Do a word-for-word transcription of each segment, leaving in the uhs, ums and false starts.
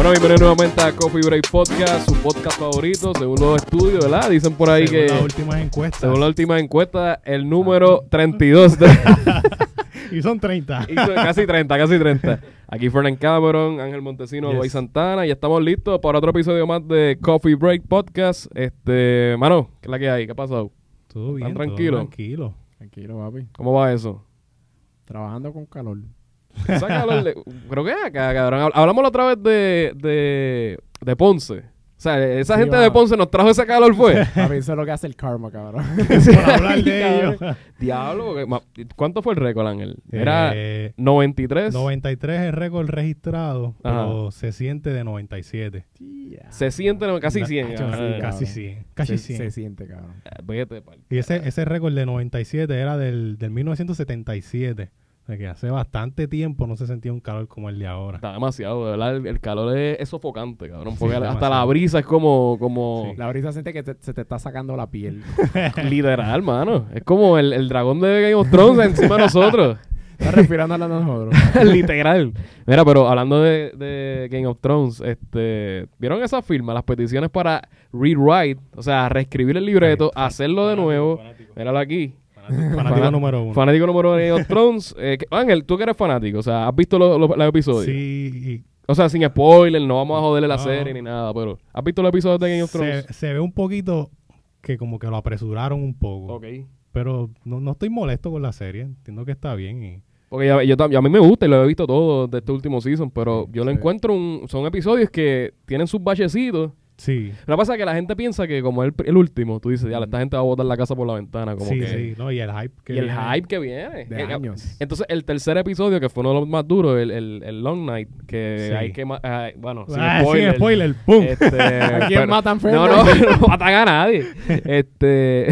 Bueno, bienvenidos nuevamente a Coffee Break Podcast, su podcast favorito, según los estudios, ¿verdad? Dicen por ahí según que... las últimas encuestas. Según las últimas encuestas, el número treinta y dos. De... y son treinta. y son casi treinta, casi treinta. Aquí Fernan Cameron, Ángel Montesino, yes. Luis Santana, y estamos listos para otro episodio más de Coffee Break Podcast. Este, mano, ¿qué es la que hay? ¿Qué ha pasado? Todo bien, ¿Están tranquilos? tranquilo. Tranquilo, papi. ¿Cómo va eso? Trabajando con calor. Esa calor de, creo que acá, cabrón. Hablamos la otra vez de, de, de Ponce. O sea, esa sí, gente va. de Ponce nos trajo ese calor, fue. A mí eso es lo que hace el karma, cabrón. Por hablar de ellos. Diablo, ¿cuánto fue el récord, Ángel? Era eh, noventa y tres. noventa y tres es el récord registrado, Ajá. pero se siente de noventa y siete. Yeah. Se siente no, casi cien. Cacho, Ah, sí, casi cien. Casi se, cien. se siente, cabrón. Vete, y ese, ese récord de noventa y siete era del, del mil novecientos setenta y siete. O sea que hace bastante tiempo no se sentía un calor como el de ahora. Está demasiado, de verdad. El, el calor es, es sofocante, cabrón. Porque sí, hasta demasiado. la brisa es como... como... Sí. La brisa siente que te, se te está sacando la piel. Literal, mano. Es como el, el dragón de Game of Thrones encima de nosotros. Está respirando a nosotros. Literal. Mira, pero hablando de, de Game of Thrones, este, ¿vieron esa firma? Las peticiones para rewrite, o sea, reescribir el libreto, sí, hacerlo de nuevo. Fanático. Míralo aquí. Fanático, fanático número uno. Fanático número uno de Game of Thrones. Eh, que, Ángel, tú que eres fanático, o sea, ¿has visto los, los, los episodios? Sí. O sea, sin spoiler, no vamos a joderle la no. serie ni nada, pero ¿has visto los episodios de Game of Thrones? Se, se ve un poquito que como que lo apresuraron un poco. Ok. Pero no, no estoy molesto con la serie. Entiendo que está bien y... Porque yo, yo, yo, a mí me gusta y lo he visto todo de este último season, pero sí, yo lo sí. encuentro, un, son episodios que tienen sus bachecitos. Sí. Lo que pasa es que la gente piensa que como el, el último, tú dices, ya, esta gente va a botar la casa por la ventana. Como sí, que, sí, no, y el hype que y el viene. hype que viene. De eh, años. Entonces, el tercer episodio, que fue uno de los más duros, el, el, el Long Night, que Sí. hay que... ma- ah, bueno, sin Ah, spoiler. sin spoiler, ¡pum! Este, ¿A quién pero- matan, No, Fernan? no, no matan a nadie. Este...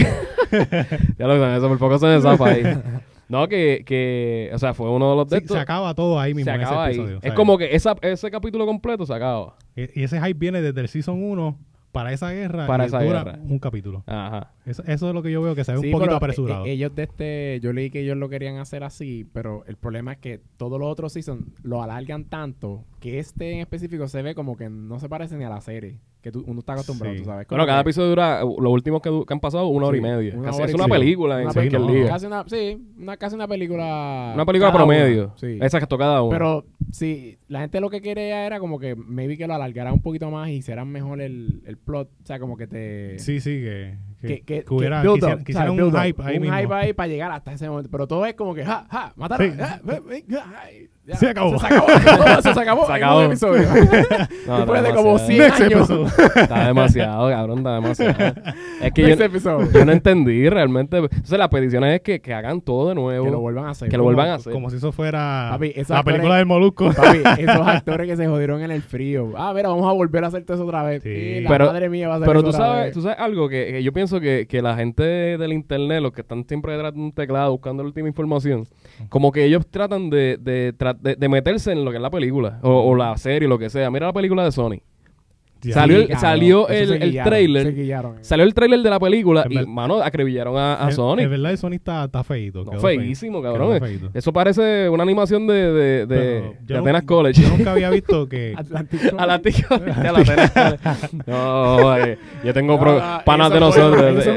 ya lo saben, eso por poco se me zafa ahí. No, que, que... O sea, fue uno de los de Sí, estos. se acaba todo ahí mismo Se en acaba ese ahí. episodio. Es ¿sabes? como que esa, ese capítulo completo se acaba. Y, y ese hype viene desde el Season uno para esa guerra Para y esa dura guerra. un capítulo. Ajá. Eso, eso es lo que yo veo que se ve Sí, un poquito pero, apresurado. eh, ellos de este... Yo leí que ellos lo querían hacer así, pero el problema es que todos los otros seasons lo alargan tanto que este en específico se ve como que no se parece ni a la serie. Que tú, uno está acostumbrado, Sí. tú sabes. Bueno, Como cada que- episodio dura, los últimos que, du- que han pasado, una hora y Sí, media. una Casi- hora es y una media. película en Una cualquier película. liga. Casi una, sí, una, casi una película... Una película cada promedio. una, sí. Esa que tocó cada uno. Pero sí, la gente lo que quería era como que maybe que lo alargara un poquito más y hiciera mejor el, el plot. O sea, como que te... Sí, sí, que, que, Que, que, que hubiera, que build quisiera- up, quisiera ¿sabes? un Build up. hype ahí un mismo. hype ahí para llegar hasta ese momento. Pero todo es como que, ja, ja, mataron. Sí. ja, ja, ja, ja, Se acabó. Se acabó. Todo eso se acabó. Se en acabó. un episodio. No, Después está de como demasiado. cien Next años. episode. Está demasiado, cabrón, está demasiado. Es que Next yo, episode. yo no entendí realmente. Entonces, la petición es que, que hagan todo de nuevo. Que lo vuelvan a hacer. Que lo vuelvan a hacer. Como si eso fuera Papi, esos la actores- película del Molusco. Papi, esos actores que se jodieron en el frío. Ah, mira, vamos a volver a hacer todo eso otra vez. Sí. Y la Pero- madre mía va a hacer Pero eso tú otra sabes, vez. tú sabes algo que, que yo pienso que, que la gente del internet, los que están siempre detrás de un teclado buscando la última información, como que ellos tratan de, de, tra- de, de meterse en lo que es la película o, o la serie, lo que sea. Mira la película de Sony. Ya. Salió el- cabrón, salió eso el- se el guillaron, trailer. se guillaron. Salió el tráiler de la película Es y, ver- mano, acribillaron a, a Es- Sony. Es verdad, Sony está, está feíto. No, quedó feísimo, feíto, cabrón. quedó feíto. Eso parece una animación de, de, de, Pero de yo no- Atenas College. Yo nunca había visto que... Atlántico. A la tica de la Atenas College. No, eh, yo tengo pro- Ah, panas eso de fue- nosotros. eso eh.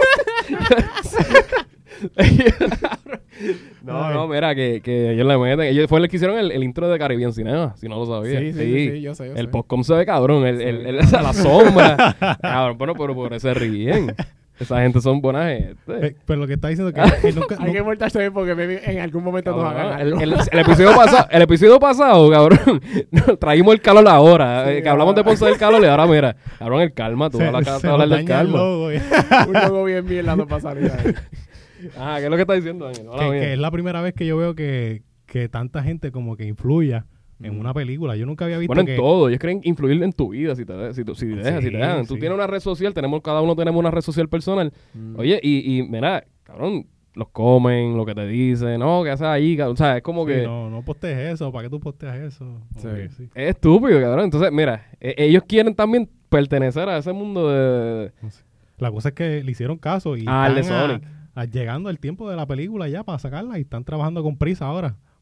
No, no, mira, que, que ellos le meten. Ellos fue los que hicieron el, el intro de Caribbean Cinema, si no lo sabía. Sí, sí, sí, sí, yo sé, yo El sé. postcom se ve cabrón, el, el, Sí. el- esa, la sombra. Cabrón, bueno, pero por eso se ríen. Esa gente son buena gente. Eh, pero lo que está diciendo que, que nunca... Hay que nu- portarse bien porque maybe en algún momento nos Cabrón, hagan el, algo. el- el episodio pasado, el episodio pasado, cabrón, traímos el calor ahora. Sí, eh, que hablamos de ahora. Ponce del calor y ahora mira, cabrón, el calma, tú se, vas a la se a hablar nos del daña el calma. logo, eh. Un logo bien mierda no para salir ahí. Ah, ¿qué es lo que estás diciendo, Ángel? Hola, que, bien. que es la primera vez que yo veo que, que tanta gente como que influya en una película. Yo nunca había visto Bueno, en que... todo. Ellos quieren influir en tu vida si te, de- si, tú- si dejas, Sí, si te dejan. Tú sí. tienes una red social, tenemos cada uno tenemos una red social personal. Mm. Oye, y, y mira, cabrón, los comen, lo que te dicen, no, ¿qué haces ahí? cabrón? O sea, es como Sí, que... no, no postees eso. ¿Para qué tú posteas eso? Como Sí. que sí. Es estúpido, cabrón. Entonces, mira, e- ellos quieren también pertenecer a ese mundo de... No sé. La cosa es que le hicieron caso y Ah, el de están a- Sonic. a- llegando el tiempo de la película ya para sacarla y están trabajando con prisa ahora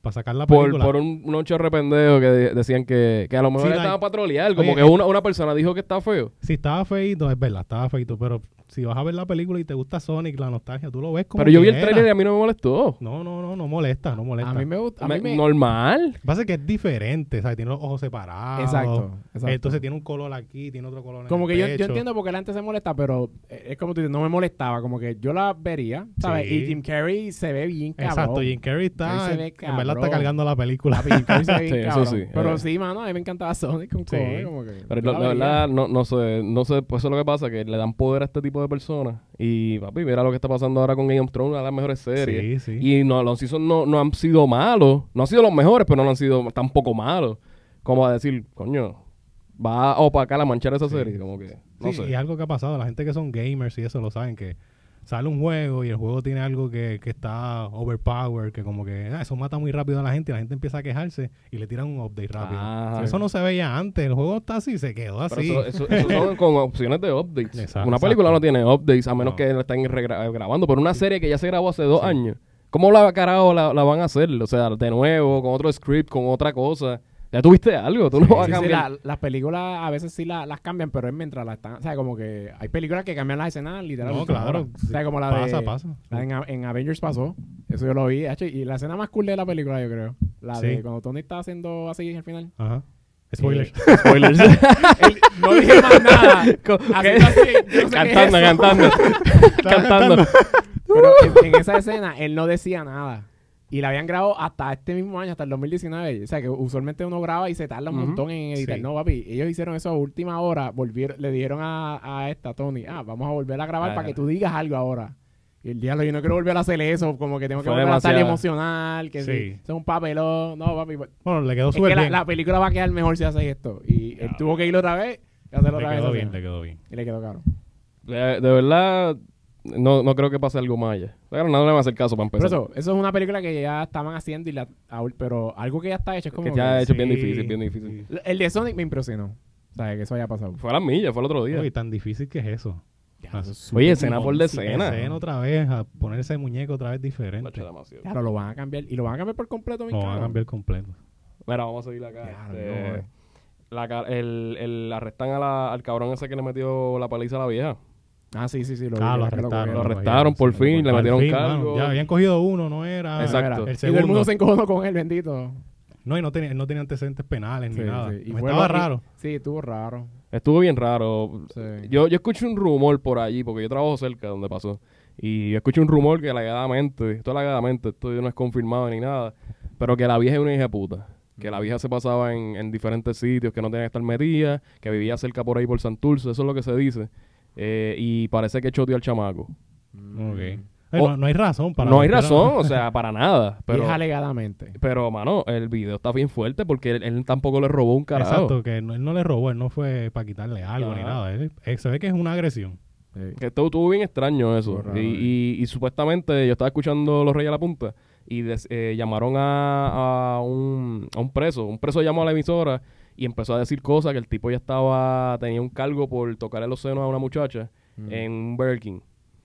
para sacar la Por, película. por un, unos chorre pendejos que de- decían que, que a lo mejor Sí, estaban like- para trolear. Como Oye, que eh, una, una persona dijo que está feo. Si estaba feito, es verdad, estaba feito, pero si vas a ver la película y te gusta Sonic, la nostalgia, tú lo ves como Pero yo vi el quiera. trailer y a mí no me molestó. No, no, no, no molesta, no molesta. A mí me gusta. A Me- mí me... Normal. Lo que pasa es que es diferente, ¿sabes? Tiene los ojos separados. Exacto, exacto. Entonces tiene un color aquí, tiene otro color en Como el que yo, pecho. yo entiendo por qué la gente se molesta, pero eh, es como tú dices, no me molestaba. Como que yo la vería, ¿sabes? Sí. Y Jim Carrey se ve bien cabrón. Exacto, Jim Carrey está, Él se ve en verdad está cabrón. cargando la película. Papi, Jim Carrey se ve bien Sí, eso cabrón. sí, Pero eh. sí, mano, a mí me encantaba Sonic con Sí. cojones, como que Pero yo la, la la veía. verdad, no, no sé, no sé, pues eso es lo que pasa, que le dan poder a este tipo de personas. Y papi, mira lo que está pasando ahora con Game of Thrones, una de las mejores series. Sí, sí. Y no, los seasons no, no han sido malos, no han sido los mejores, pero no han sido tampoco malos. Como a decir, coño, va a opacar, a manchar esa Sí. serie, como que, no Sí, sé. y es algo que ha pasado. La gente que son gamers y eso lo saben, que sale un juego y el juego tiene algo que, que está overpowered, que como que ah, eso mata muy rápido a la gente y la gente empieza a quejarse y le tiran un update rápido. Ah, Eso no se veía antes. El juego está así, se quedó Pero así. eso, eso, eso son con opciones de updates. Exacto, Una película exacto. no tiene updates, a menos No. que la estén regra- grabando. Pero una serie que ya se grabó hace dos años, ¿cómo la carajo la, la van a hacer? O sea, de nuevo, con otro script, con otra cosa. Ya tuviste algo, tú no vas a Sí, sí, cambiar. la- las películas a veces sí la- las cambian, pero es mientras las están... O sea, como que hay películas que cambian las escenas literalmente. No, claro. O sea, como la Pasa, de... pasa. la en, en Avengers pasó. Eso yo lo vi. hecho, Y la escena más cool de la película, yo creo. La Sí. de cuando Tony está haciendo así al final. Ajá. Spoilers. Eh, Spoilers. Él- no dije más nada. Co- Haciendo así, yo no sé qué es cantando, eso. cantando. cantando. Pero en, en esa escena él no decía nada. Y la habían grabado hasta este mismo año, hasta el dos mil diecinueve. O sea, que usualmente uno graba y se tarda un Ujú. montón en editar. Sí. No, papi, ellos hicieron eso a última hora. Volvieron, le dijeron a, a esta, Tony, ah, vamos a volver a grabar Ah, para que ya. tú digas algo ahora. Y el diablo, yo no quiero volver a hacer eso. Como que tengo que Fue volver a estar demasiado. emocional. Que Sí. sí. Eso es un papelón. No, papi. pues, Bueno, le quedó Es súper que la, bien. la película va a quedar mejor si hace esto. Y él Ya, tuvo que ir otra vez y hacerlo Le otra vez. quedó esa bien, escena. le quedó bien. Y le quedó caro. De, de verdad, no, no creo que pase algo más allá. Claro, no le van a hacer caso para Por empezar. eso, eso es una película que ya estaban haciendo, y la, aún- pero algo que ya está hecho es como... que ya que- hecho bien Sí. difícil, bien difícil. Sí. El de Sonic me impresionó. O sea, que eso haya pasado. Fue a las millas, fue el otro día. Oye, tan difícil que es eso. Ya, Ah. eso es Oye, súper escena por difícil. decena. Escena otra vez, a poner ese muñeco otra vez diferente. Macho, demasiado. Claro, lo van a cambiar. Y lo van a cambiar por completo, mi No, va a cabrón. cambiar completo. Mira, vamos a seguir acá. Claro, Este, no, eh. la, ca- el, el, arrestan a la- al cabrón ese que le metió la paliza a la vieja. Ah, sí, sí, sí. Lo, Ah, vi, lo que arrestaron. cogieron. Lo Lo arrestaron por sí, fin, le al metieron fin, cargo. mano. Ya habían cogido uno, no era. Exacto. Era. El Y todo el mundo segundo. se encojonó con él, bendito. No, y no tenía, no tenía antecedentes penales Sí, ni nada. sí. Y Me fue estaba lo- raro. Sí, estuvo raro. Estuvo bien raro. Sí. Yo, yo escuché un rumor por allí, porque yo trabajo cerca de donde pasó. Y yo escuché un rumor que alegadamente, esto alegadamente, esto no es confirmado ni nada, pero que la vieja es una hija de puta. Que la vieja se pasaba en, en diferentes sitios que no tenía que estar metida, que vivía cerca por ahí por Santurce, eso es lo que se dice. Eh, y parece que choteó al chamaco. Ok. Eh, O- no, no hay razón para no hay meter a- razón, o sea, para nada. Pero, Pero, es alegadamente. pero, mano, el video está bien fuerte porque él, él tampoco le robó un carajo. Exacto, que no- él no le robó, él no fue para quitarle algo ni Ajá. nada. Él, él se ve que es una agresión. Sí. Que estuvo, estuvo bien extraño eso. Estuvo raro, y, eh. y, y supuestamente yo estaba escuchando Los Reyes a la Punta y des- eh, llamaron a, a, un, a un preso. Un preso llamó a la emisora y empezó a decir cosas que el tipo ya estaba, tenía un cargo por tocarle los senos a una muchacha Mm. en un Burger King.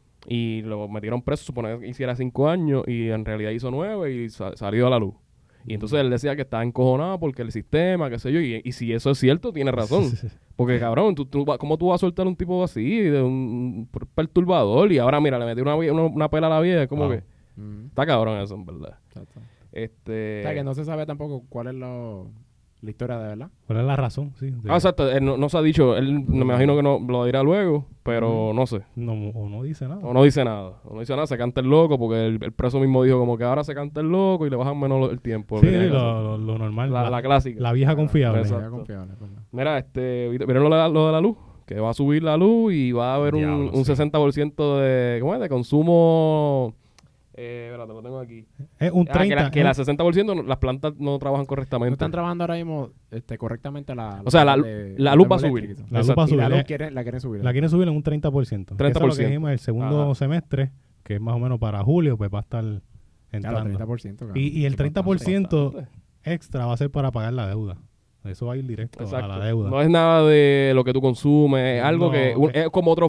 Y lo metieron preso, supone que hiciera cinco años y en realidad hizo nueve y sa- salió a la luz. Y entonces él decía que estaba encojonado porque el sistema, qué sé yo, y, y si eso es cierto, tiene razón. Porque, cabrón, tú, tú, va- ¿cómo tú vas a soltar un tipo así, de un, un per- perturbador? Y ahora, mira, le metió una, vie- una, una pela a la vieja, como Wow. que Mm. está cabrón eso, en verdad. Exacto. Este... O sea, que no se sabe tampoco cuál es lo, la historia de verdad. ¿Cuál es la razón? Sí, de- Ah, exacto, él no, no se ha dicho, él no me imagino que no lo dirá luego, pero no sé. no, o no dice nada. O no dice nada, o no dice nada, se canta el loco, porque el, el preso mismo dijo como que ahora se canta el loco y le bajan menos el tiempo. Sí, lo que tiene que lo, hacer. lo- lo normal. la, la clásica. la vieja confiable. Exacto. Sería confiable, ¿verdad? Mira, este, ¿vieron lo de, la, lo de la luz? Que va a subir la luz y va a haber un, Diablo, un sí. sesenta por ciento de, ¿cómo es? De consumo. Eh, espérate, lo tengo aquí. Es un Ah, treinta. que la, que es- la sesenta por ciento no- las plantas no trabajan No correctamente. están trabajando ahora mismo este, correctamente la... O sea, la, de- la de luz va a termo subir. eléctrico. La luz va a Y la subir. luz eh, quieren- la quieren subir. La quieren subir en un treinta por ciento. treinta por Eso es lo que ciento. dijimos el segundo Ajá. semestre, que es más o menos para julio, pues va a estar Ya, los entrando. treinta por ciento. cabrón. Y, y el Qué treinta por ciento Bastante. extra va a ser para pagar la deuda. Eso va a ir directo Exacto. a la deuda. No es nada de lo que tú consumes, es algo No, que un- eh. es como otro fee.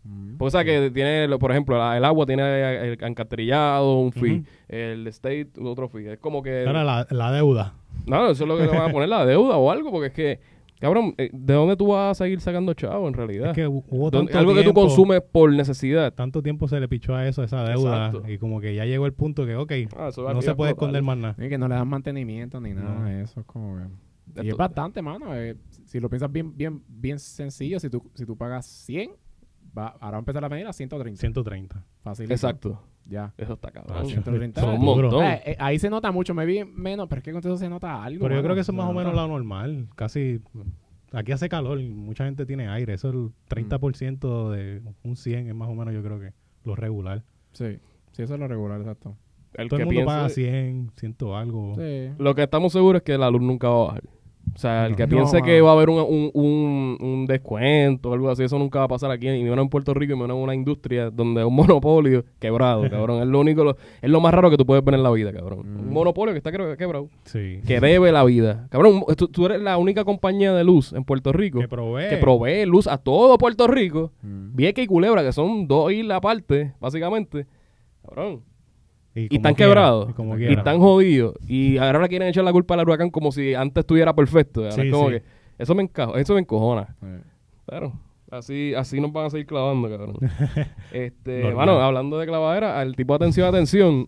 Mm. Porque, o sea, que tiene, lo- por ejemplo, la- el agua tiene el alcantarillado, un fee. Ujú. El state, otro fee. Es como que... Ahora la, la deuda. No, eso es lo que le van a poner, la deuda o algo, porque es que, cabrón, eh, ¿de dónde tú vas a seguir sacando chavo en realidad? Es que hu- hubo ¿Dónde- tanto algo que tú tiempo- consumes por necesidad. Tanto tiempo se le pichó a eso, a esa deuda. Exacto. Y como que ya llegó el punto que, ok, Ah, eso va no a se puede explotar. esconder más nada. Y que no le dan mantenimiento ni nada No. de eso. Es como que... Y Esto- es bastante, mano. eh, si lo piensas bien, bien, bien sencillo, si tú, si tú pagas cien, va, ahora va a empezar a medir a ciento treinta. ciento treinta. Fácil. Exacto. Ya. Eso está cabrón. Ah, ciento treinta. Son un Duro. montón. Eh, eh, ahí se nota mucho, me vi menos, pero es que con eso se nota algo. Pero yo mano. creo que eso es Se más o menos nota. lo normal. Casi. Aquí hace calor y mucha gente tiene aire. Eso es el treinta por ciento de un cien es más o menos, yo creo que lo regular. Sí, sí, eso es lo regular, exacto. El Todo que el mundo paga piense, cien, cien algo. Sí. lo que estamos seguros es que la luz nunca va a bajar. O sea, el No. que No, piense mano. que va a haber un, un, un, un descuento o algo así, eso nunca va a pasar aquí, y menos en Puerto Rico, y menos en una industria donde es un monopolio quebrado, cabrón. Es lo único, lo- es lo más raro que tú puedes ver en la vida, cabrón. Mm. Un monopolio que está quebra- quebrado, Sí. que debe la vida. Cabrón, tú, tú eres la única compañía de luz en Puerto Rico Que provee. que provee luz a todo Puerto Rico. Mm. Vieques y Culebra, que son dos islas aparte, básicamente. Cabrón. Y, Y como están quiera, quebrados. Y, como Y quiera. están jodidos. Y ahora le quieren echar la culpa al huracán como si antes estuviera perfecto. ¿verdad? Sí, Es como sí. que eso me encajo, eso me encojona. Sí. Claro. Así, así nos van a seguir clavando, cabrón. este, Normal. bueno, hablando de clavadera, al tipo de atención, atención.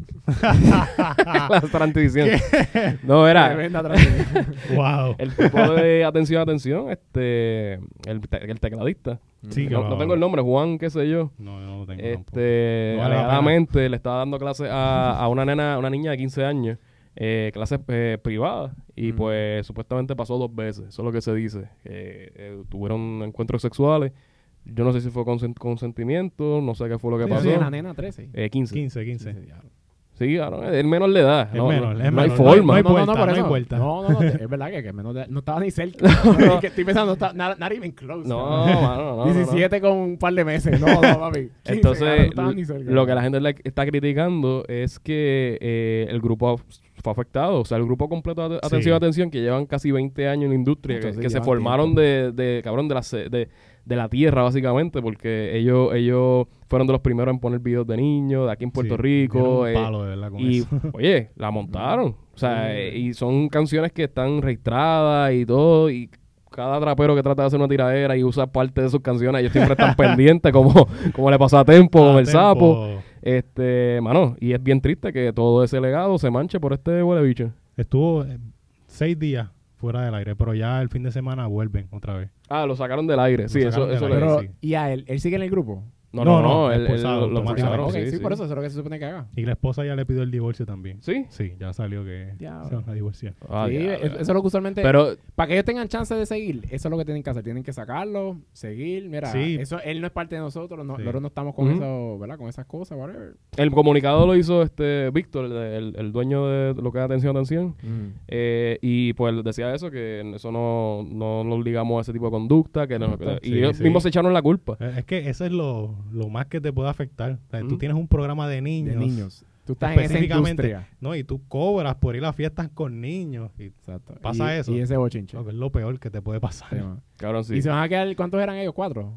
la transición. No, era Tremenda transición. Wow. el tipo de atención, atención, este, el, te- el tecladista. Sí, que no, lo- no tengo el nombre, Juan, qué sé yo. No, no lo tengo tampoco. Este, No vale la alegadamente le estaba dando clases a, a una nena, una niña de quince años, eh, clases eh, privadas, y Mm. pues supuestamente pasó dos veces, eso es lo que se dice. Eh, eh, tuvieron encuentros sexuales, yo no sé si fue consen- consentimiento, no sé qué fue lo que Sí, pasó. sí, la nena trece. Eh, quince. quince, quince. Sí, diablo. Sí, claro, es menor de edad. Es no, menor, no, es no hay menor. forma. No hay no, no, vuelta, no, por no hay eso. vuelta. No, no, no, es verdad que, que menos de- no estaba ni cerca. Es que estoy pensando, está, not, not even close. No, cabrón. mano, no, no, no. diecisiete con un par de meses. No, no, papi. quince, cabrón, Entonces, no estaba ni cerca. lo que la gente le está criticando es que eh, el grupo fue afectado. O sea, el grupo completo de Atención, Sí. Atención, que llevan casi veinte años en la industria, que, Entonces, que se llevan formaron de, de, cabrón, de la, se- de, de la tierra, básicamente, porque ellos ellos fueron de los primeros en poner videos de niños, de aquí en Puerto Sí, Rico. dieron un eh, palo, de verdad, con y, eso. oye, la montaron. O sea, Sí. eh, y son canciones que están registradas y todo, y cada trapero que trata de hacer una tiradera y usa parte de sus canciones, ellos siempre están pendientes, como, como le pasó a Tempo con el Tempo. sapo. Este, mano, y es bien triste que todo ese legado se manche por este huele bicho. Estuvo eh, seis días fuera del aire, pero ya el fin de semana vuelven otra vez. Ah, lo sacaron del aire. Lo Sí, eso, sacaron del eso aire, le... Pero, sí. ¿y a él? ¿Él sigue en el grupo? No, no, No, no, no, él, él expulsado lo, lo automáticamente. expulsaron, Ok, sí, sí, sí. por eso, eso es lo que se supone que haga. Y la esposa ya le pidió el divorcio también. ¿Sí? Sí, ya salió que Diablo. se van a divorciar. Ah, sí, diablo. eso, eso es lo que usualmente... Pero, para que ellos tengan chance de seguir, eso es lo que tienen que hacer. Tienen que sacarlo, seguir. Mira, Sí. eso él no es parte de nosotros. No, Sí. Nosotros no estamos con Ujú. eso, ¿verdad? Con esas cosas, whatever. el comunicado lo hizo este Víctor, el, el- el dueño de lo que es Atención, Atención. Eh, y pues decía eso, que eso no, no nos ligamos a ese tipo de conducta, que no, que- y Sí, ellos sí. mismos se echaron la culpa. Eh, Es que eso es lo, lo más que te puede afectar. O sea, Tú Ujú. tienes un programa de niños. De niños. Tú estás en esa Específicamente. industria. No, y tú cobras por ir a fiestas con niños. Y Exacto. Pasa Y- eso. Y ese bochinche. no, que es lo peor que te puede pasar. Sí, man. Cabrón, sí. ¿Y se van a quedar? ¿Cuántos eran ellos? ¿Cuatro?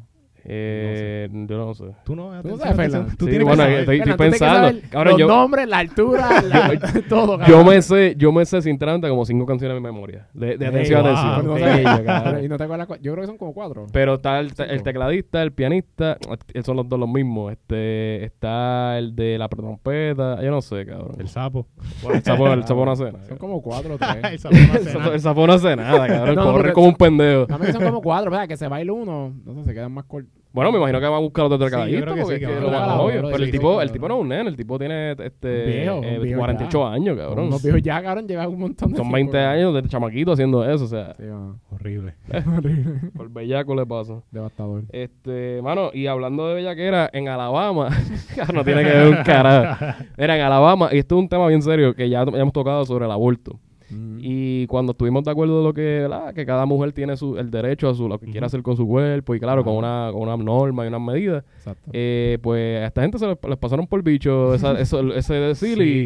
Eh, Yo no sé. Tú no, ¿Tú no atención, sabes, atención. Fernan? Tú Sí, tienes bueno, que que saber. estoy- Fernan, tú tienes que pensando. saber Cabrón, los yo- nombres, la altura, la- todo. Yo cabrón. me sé, yo me sé sinceramente como cinco canciones en mi memoria. De, de Ey, atención, wow. atención. Pero no Sí, sabes- Ella, cabrón. pero- y no te acuerdas cu- yo creo que son como cuatro. Pero está el, Cinco. el tecladista, el pianista, eh, son los dos los mismos. Este, está el de la trompeta, yo no sé, cabrón. El sapo. El sapo, el sapo no hace nada. Son como cuatro o tres. El sapo no hace El sapo, nada. el sapo no hace nada, cabrón. No, no, Corre porque- como un pendejo. A mí son como cuatro, ¿verdad? Que se baila uno. No sé, se quedan más cortos. Bueno, me imagino que va a buscar otro Sí, yo tecladista creo que porque sí, que es que va a lo buscar más otro, obvio. bro, Pero el sí, tipo, sí, el tipo no es un nene, el tipo tiene este Un viejo, un eh, viejo cuarenta y ocho ya. años, cabrón. Los viejos ya, cabrón, llevan un montón de Son tiempo, veinte cabrón. años de chamaquito haciendo eso, o sea, Sí, man. Horrible. Horrible. por bellaco le pasa. Devastador. Este, mano, y hablando de bellaquera, en Alabama, no tiene que ver un carajo. Era en Alabama, y esto es un tema bien serio que ya, ya hemos tocado sobre el aborto. Mm. Y cuando estuvimos de acuerdo de lo que, ¿verdad? Que cada mujer tiene su, el derecho a su, lo que quiera hacer con su cuerpo, y claro, con una, con una norma y unas medidas, Exacto. eh, pues a esta gente se les, les pasaron por bicho esa, eso, ese decir y, Sí.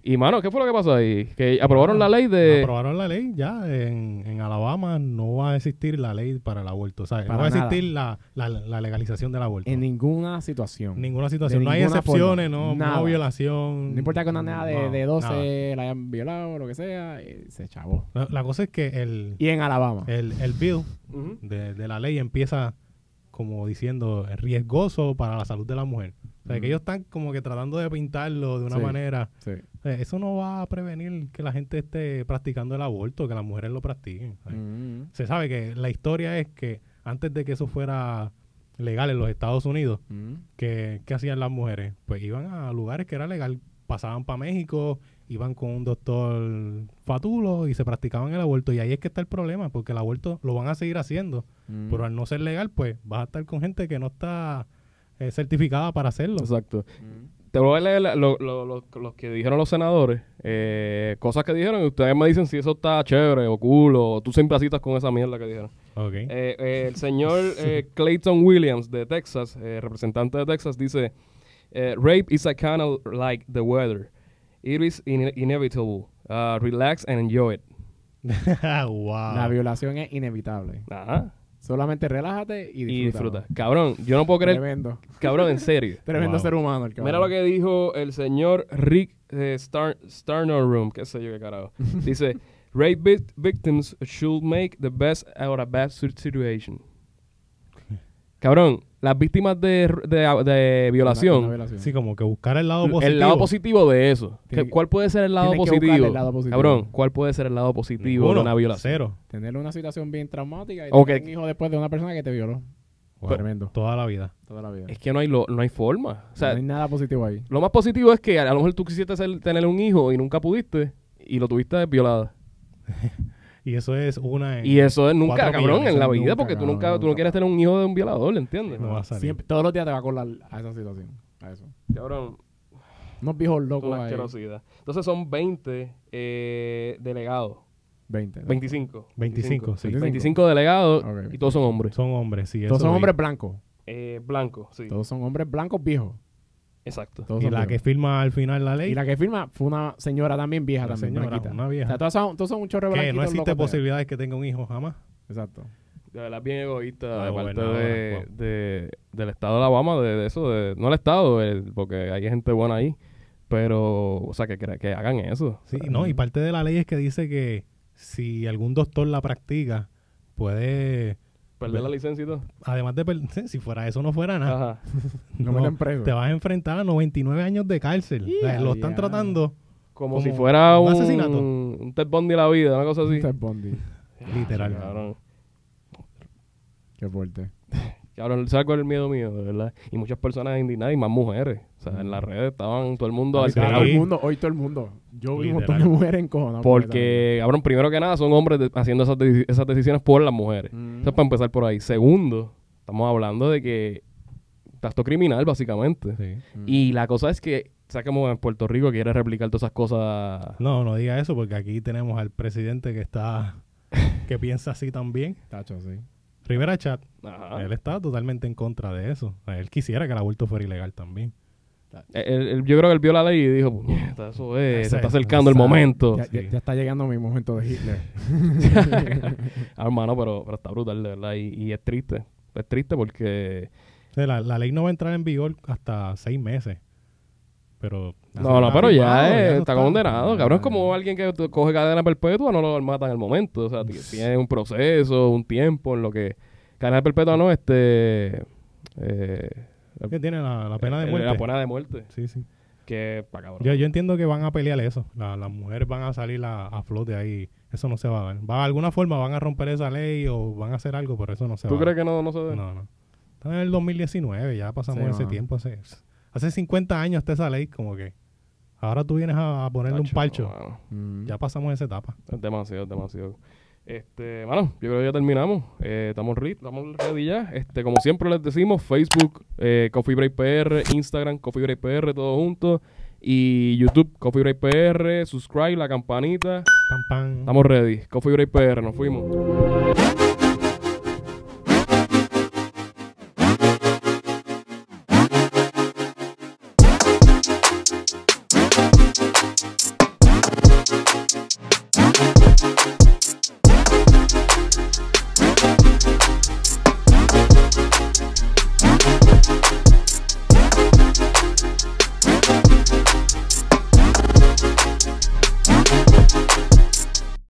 Y, mano, ¿qué fue lo que pasó ahí? Que aprobaron la ley de... Aprobaron la ley ya. En, en Alabama no va a existir la ley para el aborto. O sea, no Para va a nada. existir la, la, la legalización del aborto. En ninguna situación. ninguna situación. de No hay ninguna excepciones, forma. no, Nada. no violación. No importa que una nena de, no, de doce nada. la hayan violado o lo que sea, eh, se chavó. La, la cosa es que el, Y en Alabama. el, el bill Ujú. de, de la ley empieza como diciendo riesgoso para la salud de la mujer. O sea, Ujú. que ellos están como que tratando de pintarlo de una Sí. manera... Sí. O sea, eso no va a prevenir que la gente esté practicando el aborto, que las mujeres lo practiquen. ¿sabes? Mm, Se sabe que la historia es que antes de que eso fuera legal en los Estados Unidos, mm. ¿qué, qué hacían las mujeres? Pues iban a lugares que era legal, pasaban para México, iban con un doctor fatulo y se practicaban el aborto. Y ahí es que está el problema, porque el aborto lo van a seguir haciendo, Mm. pero al no ser legal, pues vas a estar con gente que no está eh, certificada para hacerlo. Exacto. Mm. Te voy a leer la- lo, lo, lo- los que dijeron los senadores, eh, cosas que dijeron, y ustedes me dicen si eso está chévere o cool, o tú siempre citas con esa mierda que dijeron. Ok. Eh, eh, el señor eh, Clayton Williams de Texas, eh, representante de Texas, dice, eh, rape is a kind of like the weather. It is ine- inevitable. Uh, relax and enjoy it. Wow. La violación es inevitable. Ajá. Solamente relájate y disfruta. Y disfruta. Cabrón, yo no puedo creer, Tremendo. cabrón, en serio. Tremendo Wow. ser humano el cabrón. Mira lo que dijo el señor Rick eh, Star Starnorum, qué sé yo qué carajo. Dice, rape vic- victims should make the best out of a bad si- situation. Cabrón, las víctimas de, de, de violación, Una- una violación. Sí, como que buscar el lado positivo. el lado positivo de eso. Tiene ¿Qué- que- ¿Cuál puede ser el lado tiene que positivo? buscarle el lado positivo. Cabrón, ¿cuál puede ser el lado positivo Ninguno, de una violación? Cero. Tener una situación bien traumática y Ok. tener un hijo después de una persona que te violó. Wow. Tremendo. Toda la vida. Toda la vida. Es que no hay, lo, no hay forma. O sea, no hay nada positivo ahí. lo más positivo es que a lo mejor tú quisiste ser- tener un hijo y nunca pudiste y lo tuviste violada. Y eso es una en Y eso es nunca, cuatro cabrón, millones. en la eso vida, nunca, porque tú cabrón, nunca, tú no nunca quieres pasa. tener un hijo de un violador, ¿entiendes? No va a salir. Siempre, todos los días te va a acordar a esa situación. A eso. Cabrón, Unos viejos locos una ahí. asquerosidad. Entonces son veinte eh, delegados. veinte. veinticinco. veinticinco, sí. veinticinco delegados Ok. y todos son hombres. Son hombres, sí. Todos eso son vi. hombres blancos. Eh, blancos, sí. Todos son hombres blancos viejos. Exacto. Todos Y son la que viejos. firma al final la ley, Y la que firma fue una señora también vieja, Una también señora, blanquita. una O vieja. sea, todos son, todos son un chorro de que blanquitos no existe locos de- posibilidad de que tenga un hijo jamás. Exacto. De verdad, bien egoísta La de parte gobernadora, de, wow. de- del estado de Alabama, de, de eso, de, no el estado, el- porque hay gente buena ahí, pero, o sea, que, que, que hagan eso. Sí, O sea, no, y parte de la ley es que dice que si algún doctor la practica, puede, perder la licencia y todo. además de, per- si fuera eso no fuera nada, Ajá. Lo no, meten preso. te vas a enfrentar a noventa y nueve años de cárcel. O sea, Ya, lo están ya. tratando Como, Como si fuera un un, asesinato. un Ted Bundy de la vida, una cosa así. Ted Bundy. literal. Cabrón. Qué fuerte. Cabrón, ¿sabes cuál es el miedo mío, de verdad? Y muchas personas indignadas y más mujeres. O sea, en las redes estaban todo el mundo Hoy todo alterado. el mundo, hoy todo el mundo. Yo vi un montón de Literal. mujeres encojonadas. por Porque, cabrón, primero que nada son hombres de- haciendo esas, deci- esas decisiones por las mujeres. esa- Mm. Eso es para empezar por ahí. Segundo, estamos hablando de que está esto criminal, básicamente. Sí. Mm. Y la cosa es que, o sea, como en Puerto Rico quiere replicar todas esas cosas. No, no diga eso porque aquí tenemos al presidente que está, que piensa así también. Tacho, sí. Rivera Chat, Ajá. él está totalmente en contra de eso. O sea, él quisiera que el aborto fuera ilegal también. Él- él- yo creo que él vio la ley y dijo, puñeta, eso es, Ese- se está acercando el exacto. momento. Ya, Sí. ya- ya está llegando mi momento de Hitler. Ah, hermano, pero, pero está brutal, de verdad. Y, y es triste. Es triste porque... O sea, la, la ley no va a entrar en vigor hasta seis meses. Pero... No, no, está pero ya, firmado, es- eso está condenado. Ya, Cabrón, es ya. como alguien que t- coge cadena perpetua, no lo mata en el momento. O sea, t- tiene un proceso, un tiempo en lo que... Cadena perpetua no, este... Eh, Que tiene la, la pena de eh, muerte. La pena de muerte. Sí, sí. Que, pa' cabrón. Yo, yo entiendo que van a pelear eso. La- las mujeres van a salir a, a flote ahí. Eso no se va a dar. Va, de alguna forma van a romper esa ley o van a hacer algo, pero eso no se ¿Tú va a crees dar. que no, no se ve? No, no. Estamos en el dos mil diecinueve, ya pasamos Sí, ese mano. tiempo. Hace, hace cincuenta años está esa ley, como que ahora tú vienes a, a ponerle un Tacho, parcho. mano. Mm. Ya pasamos esa etapa. Es demasiado, es demasiado. Este, mano, yo creo que ya terminamos. Eh, estamos, re- estamos ready ya. Este, como siempre les decimos, Facebook, eh, Coffee Break P R, Instagram, Coffee Break P R, todo junto. Y YouTube, Coffee Break P R, subscribe, la campanita. Pam, pam. Estamos ready. Coffee Break P R, nos fuimos.